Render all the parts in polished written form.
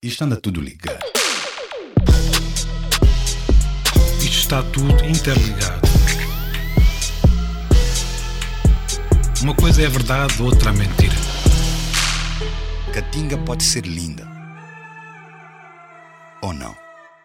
Isto anda tudo ligado. Isto está tudo interligado. Uma coisa é verdade, outra é mentira. Caatinga pode ser linda. Ou não?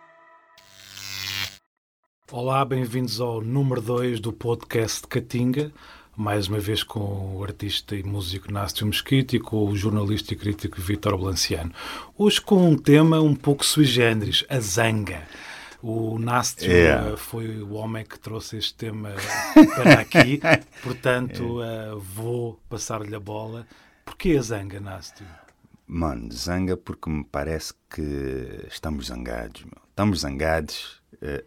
Olá, bem-vindos ao número 2 do podcast de Caatinga. Mais uma vez com o artista e músico Nácio Mesquita e com o jornalista e crítico Vítor Blanciano. Hoje com um tema um pouco sui generis, a zanga. O Nácio foi o homem que trouxe este tema para aqui, portanto vou passar-lhe a bola. Porquê a zanga, Nácio? Mano, zanga porque me parece que estamos zangados. Meu. Estamos zangados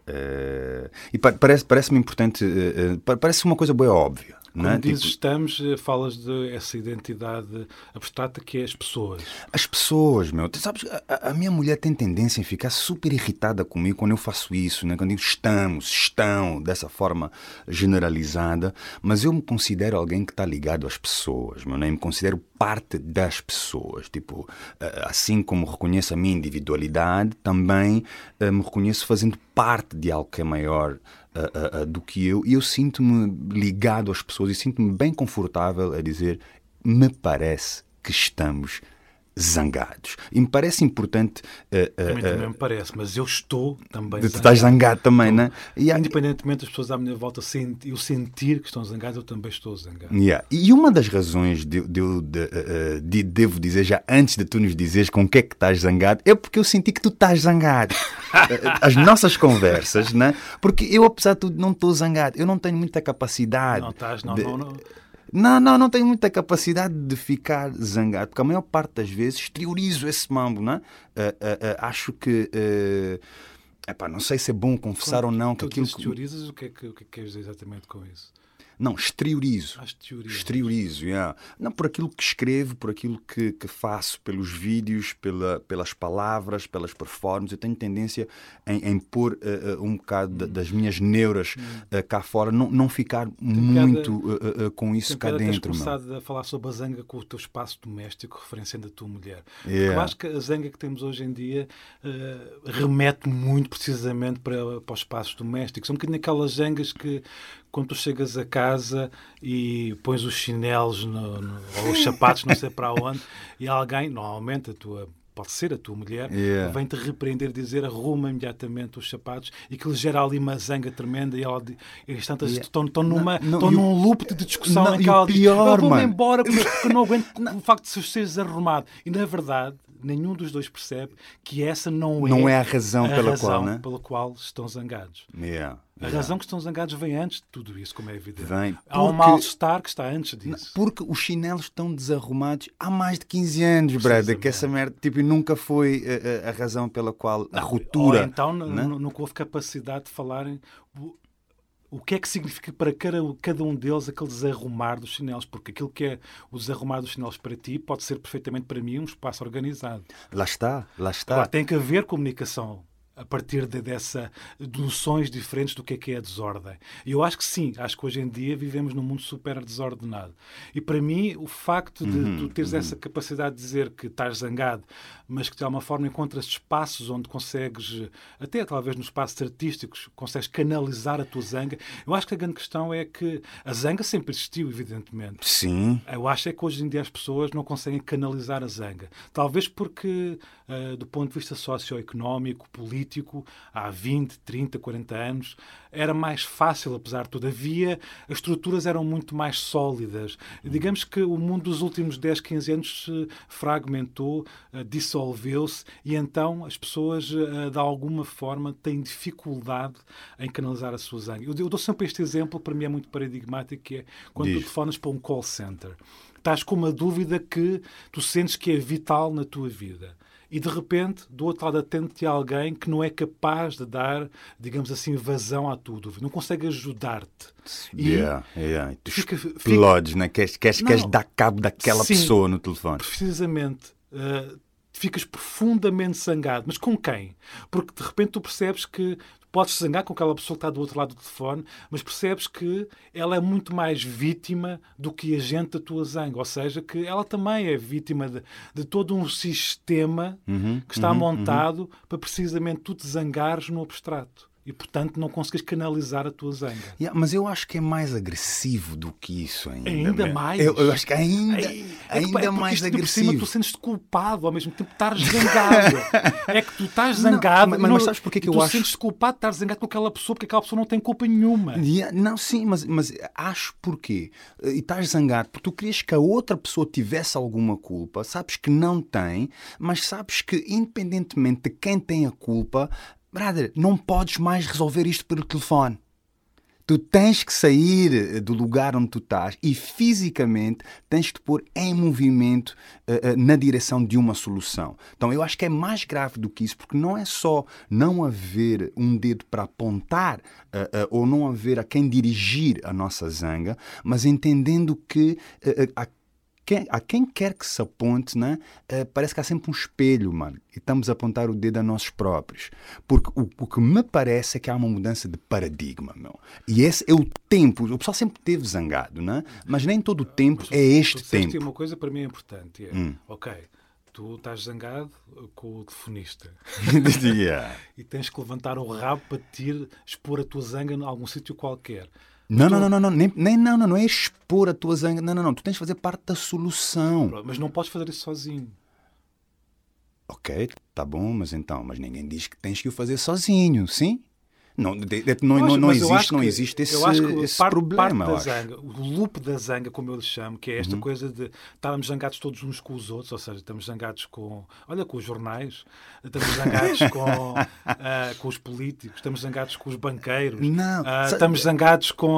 e parece-me importante, parece uma coisa bem óbvia. Quando não é? dizes Tipo, estamos, falas dessa identidade abstrata que é as pessoas. As pessoas, meu. Tu sabes, a minha mulher tem tendência em ficar super irritada comigo quando eu faço isso, né? Quando eu digo estão, dessa forma generalizada. Mas eu me considero alguém que está ligado às pessoas, meu, né? Eu me considero parte das pessoas. Tipo, assim como reconheço a minha individualidade, também me reconheço fazendo parte de algo que é maior do que eu, e eu sinto-me ligado às pessoas e sinto-me bem confortável a dizer: me parece que estamos zangados. E me parece importante... A mim também me parece, mas eu estou também Tu estás zangado também, estou, né? independentemente das pessoas à minha volta eu sentir que estão zangados, eu também estou zangado. Yeah. E uma das razões devo dizer, já antes de tu nos dizeres com o que é que estás zangado, é porque eu senti que tu estás zangado. As nossas conversas, né? Porque eu, apesar de tudo, não estou zangado. Eu não tenho muita capacidade. Não estás, não. Não tenho muita capacidade de ficar zangado, porque a maior parte das vezes exteriorizo esse mambo, né? Acho que... não sei se é bom confessar ou não que aquilo... Exteriorizas, o que é que queres dizer exatamente com isso? Não, exteriorizo. Exteriorizo. Yeah. Não, por aquilo que escrevo, por aquilo que faço, pelos vídeos, pelas palavras, pelas performances. Eu tenho tendência em pôr um bocado das minhas neuras cá fora, não ficar muito com isso cá dentro. Tens começado a falar sobre a zanga com o teu espaço doméstico, referenciando a tua mulher. Yeah. Eu acho que a zanga que temos hoje em dia remete muito precisamente para os espaços domésticos. Um bocadinho aquelas zangas que, quando tu chegas a casa e pões os chinelos ou os sapatos, não sei para onde, e alguém, normalmente pode ser a tua mulher, vem-te repreender, dizer arruma imediatamente os sapatos, e que lhe gera ali uma zanga tremenda, e ela estão num loop de discussão em que ela diz: eu vou-me embora porque não aguento o facto de seres arrumado. E na verdade, nenhum dos dois percebe que essa não é a razão pela qual estão zangados. A razão que estão zangados vem antes de tudo isso, como é evidente. Há um mal-estar que está antes disso. Porque os chinelos estão desarrumados há mais de 15 anos, brother, que essa merda nunca foi a razão pela qual a ruptura... Ou então nunca houve capacidade de falarem o que é que significa para cada um deles aquele desarrumar dos chinelos, porque aquilo que é o desarrumar dos chinelos para ti pode ser perfeitamente para mim um espaço organizado. Lá está. Agora, tem que haver comunicação a partir de noções diferentes do que é a desordem. E eu acho que sim, acho que hoje em dia vivemos num mundo super desordenado. E para mim, o facto de tu teres essa capacidade de dizer que estás zangado, mas que de alguma forma encontras espaços onde consegues, até talvez nos espaços artísticos, consegues canalizar a tua zanga. Eu acho que a grande questão é que a zanga sempre existiu, evidentemente. Sim. Eu acho é que hoje em dia as pessoas não conseguem canalizar a zanga. Talvez porque, do ponto de vista socioeconómico, político, há 20, 30, 40 anos, era mais fácil, apesar de tudo. As estruturas eram muito mais sólidas. Digamos que o mundo dos últimos 10, 15 anos se fragmentou, dissolveu-se, e então as pessoas, de alguma forma, têm dificuldade em canalizar a sua zanga. Eu dou sempre este exemplo, para mim é muito paradigmático, que é quando tu telefonas para um call center. Estás com uma dúvida que tu sentes que é vital na tua vida. E, de repente, do outro lado atende-te alguém que não é capaz de dar, digamos assim, vazão à tua dúvida. Não consegue ajudar-te. Tu explodes, né? Queres dar cabo daquela pessoa no telefone. Precisamente. Ficas profundamente zangado. Mas com quem? Porque, de repente, tu percebes que podes zangar com aquela pessoa que está do outro lado do telefone, mas percebes que ela é muito mais vítima do que agente da tua zanga. Ou seja, que ela também é vítima de todo um sistema que está montado para precisamente tu te zangares no abstrato. E, portanto, não consegues canalizar a tua zanga. Mas eu acho que é mais agressivo do que isso ainda. Ainda mais? Eu acho que ainda mais agressivo. Por cima tu sentes-te culpado ao mesmo tempo de estar zangado. É que tu estás zangado. Mas sabes porquê que eu acho? Tu sentes-te culpado de estar zangado com aquela pessoa porque aquela pessoa não tem culpa nenhuma. Não, sim, mas acho porquê. E estás zangado porque tu querias que a outra pessoa tivesse alguma culpa. Sabes que não tem, mas sabes que independentemente de quem tem a culpa, brother, não podes mais resolver isto pelo telefone. Tu tens que sair do lugar onde tu estás e fisicamente tens que te pôr em movimento na direção de uma solução. Então eu acho que é mais grave do que isso, porque não é só não haver um dedo para apontar ou não haver a quem dirigir a nossa zanga, mas entendendo que a quem quer que se aponte, né? Parece que há sempre um espelho, mano, e estamos a apontar o dedo a nós próprios. Porque o que me parece é que há uma mudança de paradigma, meu. E esse é o tempo. O pessoal sempre esteve zangado, né? Mas nem todo o tempo é este tempo. Uma coisa para mim é importante. Ok, tu estás zangado com o telefonista. Yeah. E tens que levantar o rabo para te expor a tua zanga em algum sítio qualquer. Não é expor a tua zanga. Não. Tu tens de fazer parte da solução. Mas não podes fazer isso sozinho. Ok, tá bom, mas ninguém diz que tens que o fazer sozinho, sim? Não existe esse problema. Parte da zanga, o loop da zanga, como eu lhe chamo, que é esta coisa de estarmos zangados todos uns com os outros, ou seja, estamos zangados com os jornais, estamos zangados com os políticos, estamos zangados com os banqueiros, estamos zangados com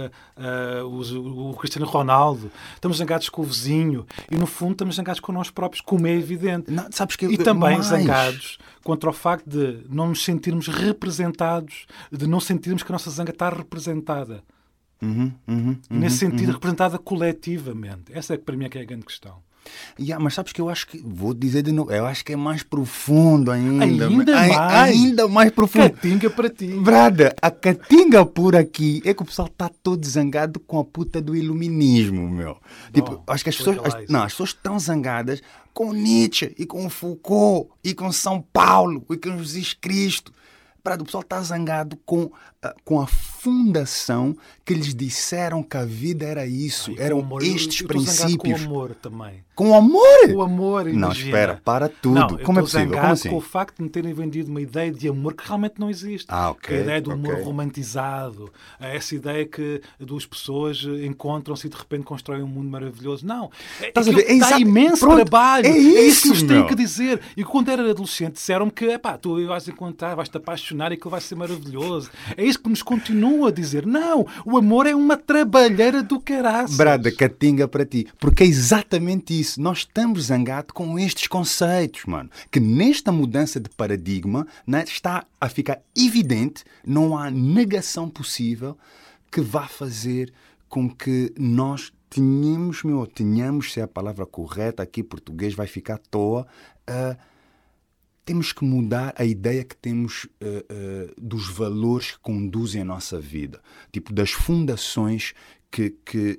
o Cristiano Ronaldo, estamos zangados com o vizinho e, no fundo, estamos zangados com nós próprios, como é evidente. E também zangados contra o facto de não nos sentirmos representados, de não sentirmos que a nossa zanga está representada. Nesse sentido, representada coletivamente. Essa é que para mim é que é a grande questão. Mas sabes que eu acho que, vou dizer de novo, eu acho que é mais profundo ainda. Ainda mais profundo. Catinga para ti. Brada, a catinga por aqui é que o pessoal está todo zangado com a puta do iluminismo, meu. Tipo, acho que as pessoas estão zangadas com Nietzsche e com Foucault e com São Paulo e com Jesus Cristo. O pessoal está zangado com a fundação que lhes disseram que a vida era isso, eram estes princípios. Com o amor também. Com o amor? Com o amor, imagina. Não, espera, para tudo. Como é possível? Como assim? Com o facto de me terem vendido uma ideia de amor que realmente não existe. Ok. A ideia do amor romantizado, essa ideia que duas pessoas encontram-se e de repente constroem um mundo maravilhoso. Não. Estás a ver? Dá imenso trabalho. É isso que eles têm que dizer. E quando era adolescente disseram-me que tu vais encontrar, vais-te apaixonar e aquilo vai ser maravilhoso. É isso que nos continua a dizer. Não, o amor é uma trabalheira do caraças. Brada, catinga para ti. Porque é exatamente isso. Nós estamos zangados com estes conceitos, mano. Que nesta mudança de paradigma, né, está a ficar evidente, não há negação possível que vá fazer com que nós tenhamos, se é a palavra correta, aqui em português vai ficar à toa, temos que mudar a ideia que temos dos valores que conduzem a nossa vida. Tipo, das fundações que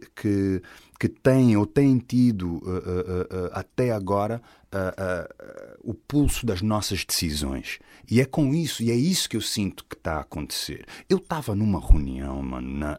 têm ou têm tido até agora o pulso das nossas decisões. E é com isso, e é isso que eu sinto que está a acontecer. Eu estava numa reunião, mano,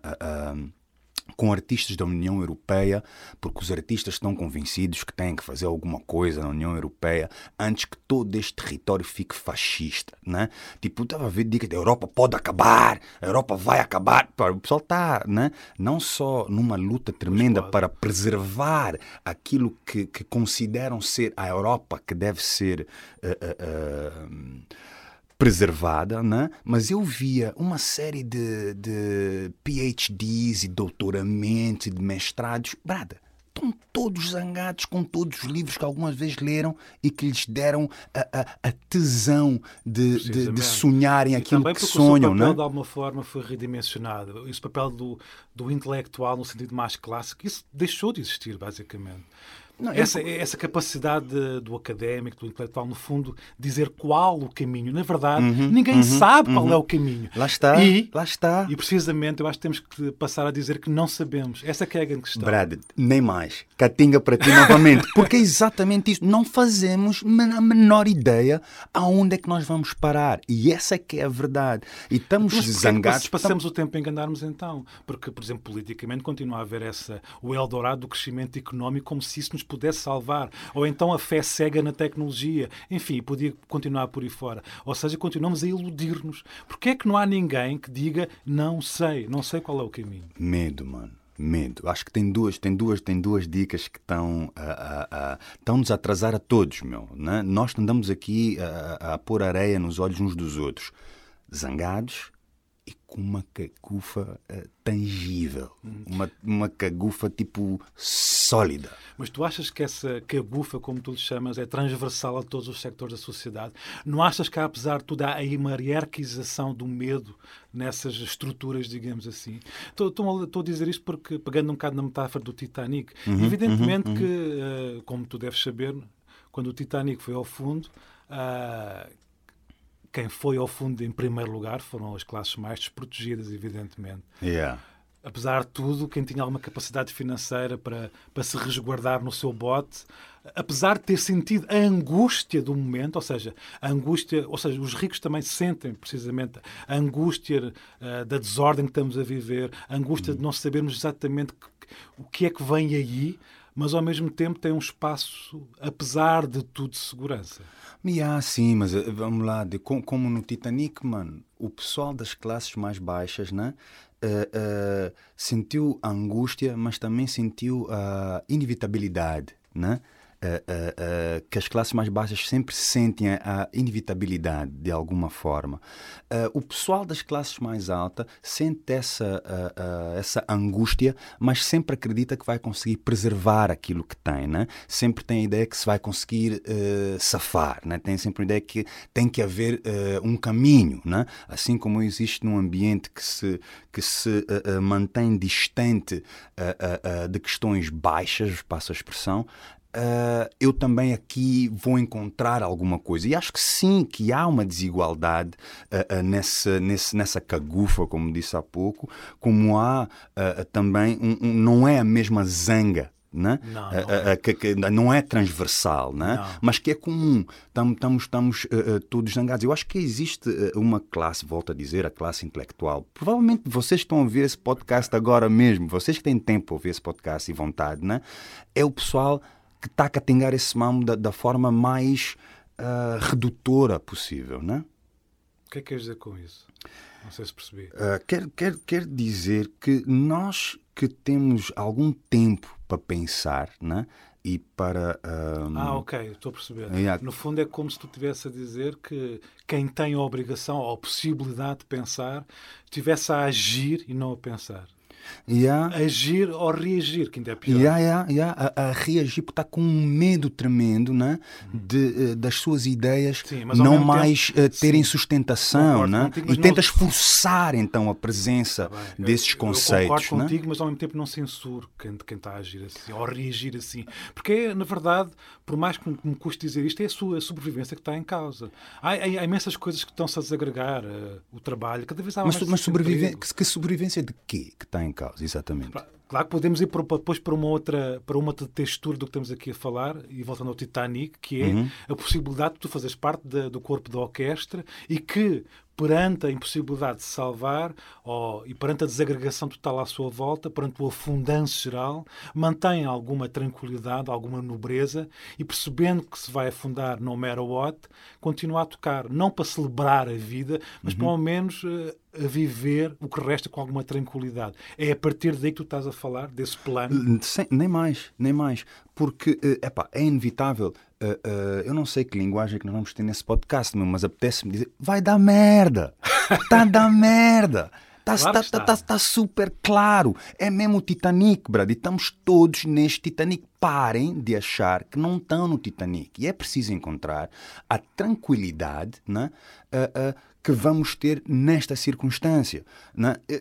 com artistas da União Europeia, porque os artistas estão convencidos que têm que fazer alguma coisa na União Europeia antes que todo este território fique fascista, né? Tipo, eu estava a ver que a Europa pode acabar, a Europa vai acabar. O pessoal está, né, não só numa luta tremenda para preservar aquilo que consideram ser a Europa que deve ser preservada, né? Mas eu via uma série de PhDs e doutoramentos e de mestrados, brada, estão todos zangados com todos os livros que algumas vezes leram e que lhes deram a tesão de sonharem aquilo que sonham, né? O seu papel, né? de alguma forma, foi redimensionado. Esse papel do intelectual, no sentido mais clássico, isso deixou de existir, basicamente. Não, Essa capacidade do académico, do intelectual, no fundo, dizer qual o caminho. Na verdade, ninguém sabe qual é o caminho. Lá está, lá está. E precisamente eu acho que temos que passar a dizer que não sabemos. Essa que é a grande questão. Brad, nem mais. Catinga para ti novamente. Porque é exatamente isso. Não fazemos a menor ideia aonde é que nós vamos parar. E essa é que é a verdade. E estamos zangados. Passamos o tempo a enganarmos então. Porque, por exemplo, politicamente continua a haver o Eldorado do crescimento económico como se isso nos pudesse salvar. Ou então a fé cega na tecnologia. Enfim, podia continuar por aí fora. Ou seja, continuamos a iludir-nos. Porque é que não há ninguém que diga não sei qual é o caminho? Medo, mano. Medo. Acho que tem duas dicas que estão-nos a atrasar a todos, meu. Né? Nós andamos aqui a pôr areia nos olhos uns dos outros. Zangados e com uma cagufa tangível. Uma cagufa tipo sólida. Mas tu achas que essa cagufa, como tu lhe chamas, é transversal a todos os sectores da sociedade? Não achas que, apesar de tudo, há aí uma hierarquização do medo nessas estruturas, digamos assim? Estou a dizer isto porque, pegando um bocado na metáfora do Titanic, evidentemente que, como tu deves saber, quando o Titanic foi ao fundo, quem foi ao fundo em primeiro lugar foram as classes mais desprotegidas, evidentemente. Yeah. Apesar de tudo, quem tinha alguma capacidade financeira para se resguardar no seu bote, apesar de ter sentido a angústia do momento, ou seja, os ricos também sentem precisamente a angústia da desordem que estamos a viver, a angústia de não sabermos exatamente o que é que vem aí, mas ao mesmo tempo tem um espaço, apesar de tudo, de segurança. Sim, mas vamos lá, como no Titanic, mano, o pessoal das classes mais baixas, né, sentiu a angústia, mas também sentiu a inevitabilidade, né? Que as classes mais baixas sempre sentem a inevitabilidade de alguma forma. O pessoal das classes mais altas sente essa angústia, mas sempre acredita que vai conseguir preservar aquilo que tem, né? Sempre tem a ideia que se vai conseguir safar, né? Tem sempre a ideia que tem que haver um caminho, né? Assim como existe num ambiente que se mantém distante de questões baixas, passo a expressão, eu também aqui vou encontrar alguma coisa. E acho que sim, que há uma desigualdade nessa cagufa, como disse há pouco, como há também, não é a mesma zanga, né? Não é transversal, né? Mas que é comum. Estamos todos zangados. Eu acho que existe uma classe, volto a dizer, a classe intelectual. Provavelmente vocês estão a ouvir esse podcast agora mesmo, vocês que têm tempo para ouvir esse podcast e vontade, né? É o pessoal que está a catingar esse mamo da forma mais redutora possível, né? O que é que queres dizer com isso? Não sei se percebi. Quer dizer que nós que temos algum tempo para pensar, né? E para... ok, estou a perceber. Yeah. No fundo é como se tu estivesse a dizer que quem tem a obrigação ou a possibilidade de pensar estivesse a agir e não a pensar. Agir ou reagir, que ainda é pior. A reagir porque está com um medo tremendo, né? Das suas ideias. Sim, mas não mais terem sim, sustentação, né? E tentas forçar então a presença desses conceitos. Eu concordo contigo, mas ao mesmo tempo não censuro quem está a agir assim ou a reagir assim, porque na verdade, por mais que me custe dizer isto, é a sua sobrevivência que está em causa. Há imensas coisas que estão-se a desagregar, o trabalho, cada vez há mais. Mas que sobrevivência de quê que está em causa, exatamente? Claro que podemos ir depois para uma outra textura do que estamos aqui a falar, e voltando ao Titanic, que é a possibilidade de tu fazeres parte do corpo da orquestra e que, perante a impossibilidade de se salvar e perante a desagregação total à sua volta, perante o afundanço geral, mantém alguma tranquilidade, alguma nobreza e, percebendo que se vai afundar no matter what, continua a tocar, não para celebrar a vida, mas pelo menos a viver o que resta com alguma tranquilidade. É a partir daí que tu estás a falar, desse plano? Nem mais. Porque é inevitável. Eu não sei que linguagem que nós vamos ter nesse podcast, mas apetece-me dizer, vai dar merda. Está a dar merda. Está super claro. É mesmo o Titanic, brad. E estamos todos neste Titanic. Parem de achar que não estão no Titanic. E é preciso encontrar a tranquilidade, né, que vamos ter nesta circunstância. Né?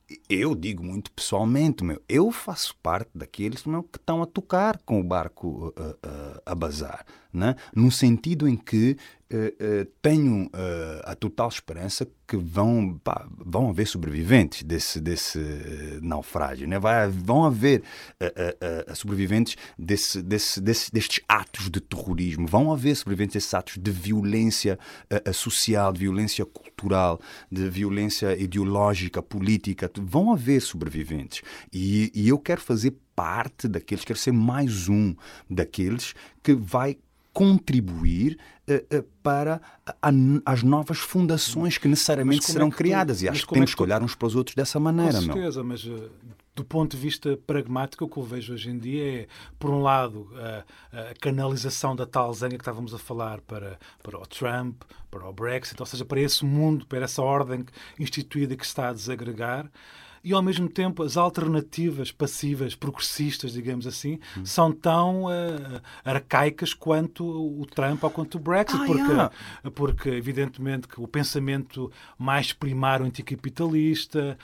Eu digo muito pessoalmente, eu faço parte daqueles que estão a tocar com o barco a bazar, né? No sentido em que tenho a total esperança que vão haver sobreviventes desse naufrágio, né? Vão haver sobreviventes destes atos de terrorismo, vão haver sobreviventes desses atos de violência social, de violência cultural, de violência ideológica, política. Vão haver sobreviventes. E eu quero fazer parte daqueles, quero ser mais um daqueles que vai contribuir para as novas fundações que necessariamente serão criadas. E acho que temos que olhar uns para os outros dessa maneira. Com certeza, mas do ponto de vista pragmático, o que eu vejo hoje em dia é, por um lado, a canalização da tal zanga que estávamos a falar para o Trump, para o Brexit, ou seja, para esse mundo, para essa ordem instituída que se está a desagregar. E, ao mesmo tempo, as alternativas passivas, progressistas, digamos assim, são tão arcaicas quanto o Trump ou quanto o Brexit. Porque, evidentemente, que o pensamento mais primário anticapitalista,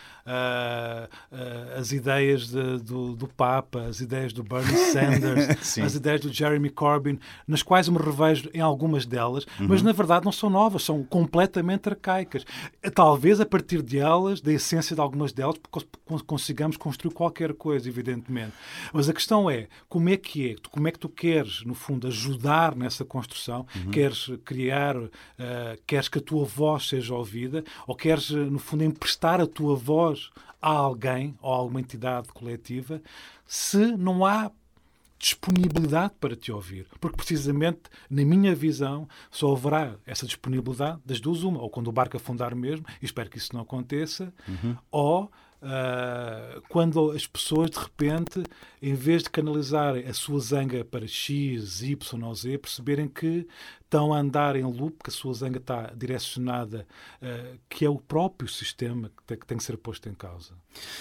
as ideias do Papa, as ideias do Bernie Sanders, as ideias do Jeremy Corbyn, nas quais eu me revejo em algumas delas, mas, na verdade, não são novas, são completamente arcaicas. Talvez, a partir de elas, da essência de algumas delas, consigamos construir qualquer coisa, evidentemente. Mas a questão é, como é que tu queres, no fundo, ajudar nessa construção? Queres criar, queres que a tua voz seja ouvida? Ou queres, no fundo, emprestar a tua voz a alguém ou a alguma entidade coletiva, se não há disponibilidade para te ouvir? Porque, precisamente, na minha visão, só haverá essa disponibilidade das duas uma, ou quando o barco afundar mesmo, e espero que isso não aconteça, ou quando as pessoas, de repente, em vez de canalizarem a sua zanga para X, Y ou Z, perceberem que estão a andar em loop, que a sua zanga está direcionada, que é o próprio sistema que tem que ser posto em causa.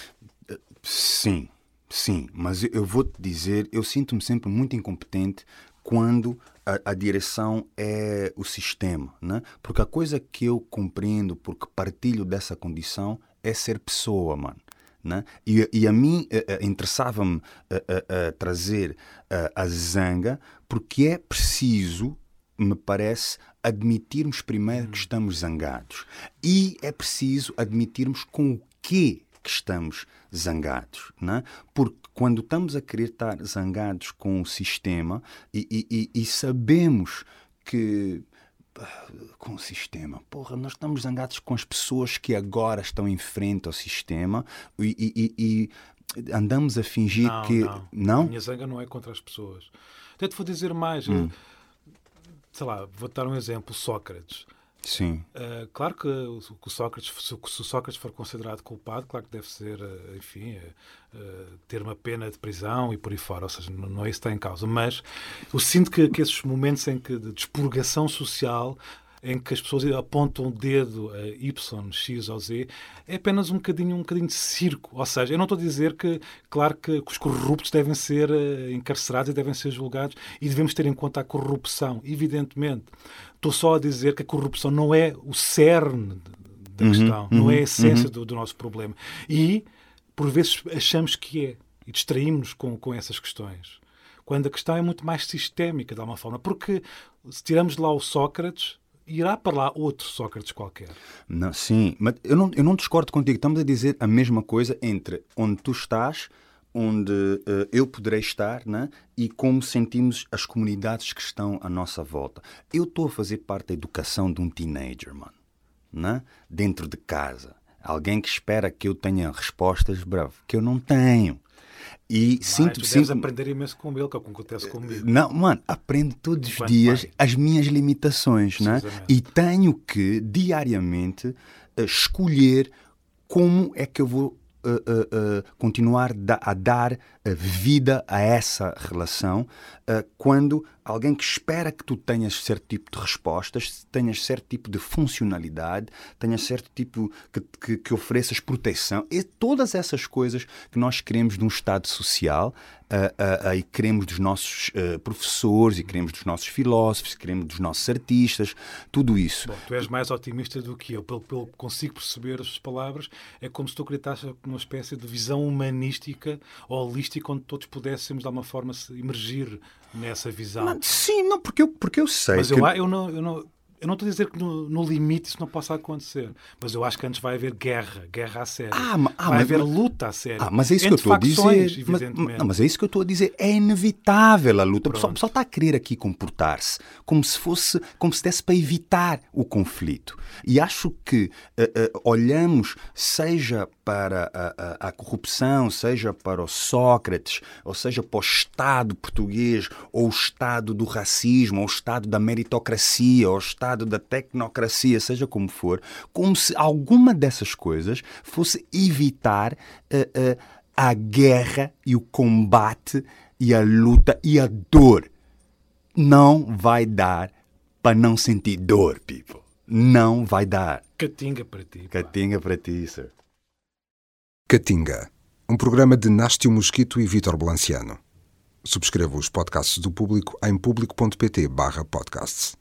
Sim, mas eu vou-te dizer, eu sinto-me sempre muito incompetente quando a direção é o sistema, né? Porque a coisa que eu compreendo, porque partilho dessa condição, é ser pessoa, mano. Né? E a mim interessava-me trazer a zanga, porque é preciso, me parece, admitirmos primeiro que estamos zangados. E é preciso admitirmos com o que estamos zangados. Né? Porque quando estamos a querer estar zangados com o sistema e sabemos que com o sistema, nós estamos zangados com as pessoas que agora estão em frente ao sistema e andamos a fingir que... Não? A minha zanga não é contra as pessoas. Até te vou dizer mais. Sei lá, vou-te dar um exemplo. Sócrates. Sim. Claro que se o Sócrates for considerado culpado, claro que deve ser, enfim, ter uma pena de prisão e por aí fora, ou seja, não é isso que está em causa. Mas eu sinto que esses momentos de expurgação social, em que as pessoas apontam o dedo a Y, X ou Z, é apenas um bocadinho de circo. Ou seja, eu não estou a dizer que, claro que os corruptos devem ser encarcerados e devem ser julgados e devemos ter em conta a corrupção, evidentemente. Estou só a dizer que a corrupção não é o cerne da questão, não é a essência do nosso problema. E, por vezes, achamos que é e distraímos-nos com essas questões. Quando a questão é muito mais sistémica, de alguma forma. Porque se tiramos de lá o Sócrates, irá para lá outro Sócrates qualquer. Não, sim, mas eu não discordo contigo. Estamos a dizer a mesma coisa entre onde tu estás, onde eu poderei estar, né? E como sentimos as comunidades que estão à nossa volta. Eu estou a fazer parte da educação de um teenager, mano, né? Dentro de casa. Alguém que espera que eu tenha respostas, bravo, que eu não tenho. E tu deves aprender imenso com ele, que é o que acontece comigo. Não, mano, aprendo todos os dias as minhas limitações, né? E tenho que, diariamente, escolher como é que eu vou continuar a dar vida a essa relação quando alguém que espera que tu tenhas certo tipo de respostas, tenhas certo tipo de funcionalidade, tenhas certo tipo que ofereças proteção, e todas essas coisas que nós queremos de um Estado social e queremos dos nossos professores, e queremos dos nossos filósofos, e queremos dos nossos artistas, tudo isso. Bom, tu és mais otimista do que eu. Pelo que consigo perceber as suas palavras, é como se tu acreditasses numa espécie de visão humanística, holística, onde todos pudéssemos, de alguma forma, se emergir nessa visão. Não, sim, não, porque eu sei. Mas eu não estou a dizer que no limite isso não possa acontecer, mas eu acho que antes vai haver guerra a sério. Vai haver luta a sério. Mas é isso que eu estou a dizer. Mas é isso que eu estou a dizer. É inevitável a luta. O pessoal está a querer aqui comportar-se como se desse para evitar o conflito. E acho que olhamos, seja para a corrupção, seja para o Sócrates, ou seja para o Estado português, ou o Estado do racismo, ou o Estado da meritocracia, ou o Estado da tecnocracia, seja como for, como se alguma dessas coisas fosse evitar a guerra e o combate e a luta e a dor. Não vai dar para não sentir dor, people. Não vai dar. Catinga para ti. Catinga para ti, sir. Catinga, um programa de Nástio Mosquito e Vítor Blanciano. Subscreva os podcasts do Público em público.pt/podcasts.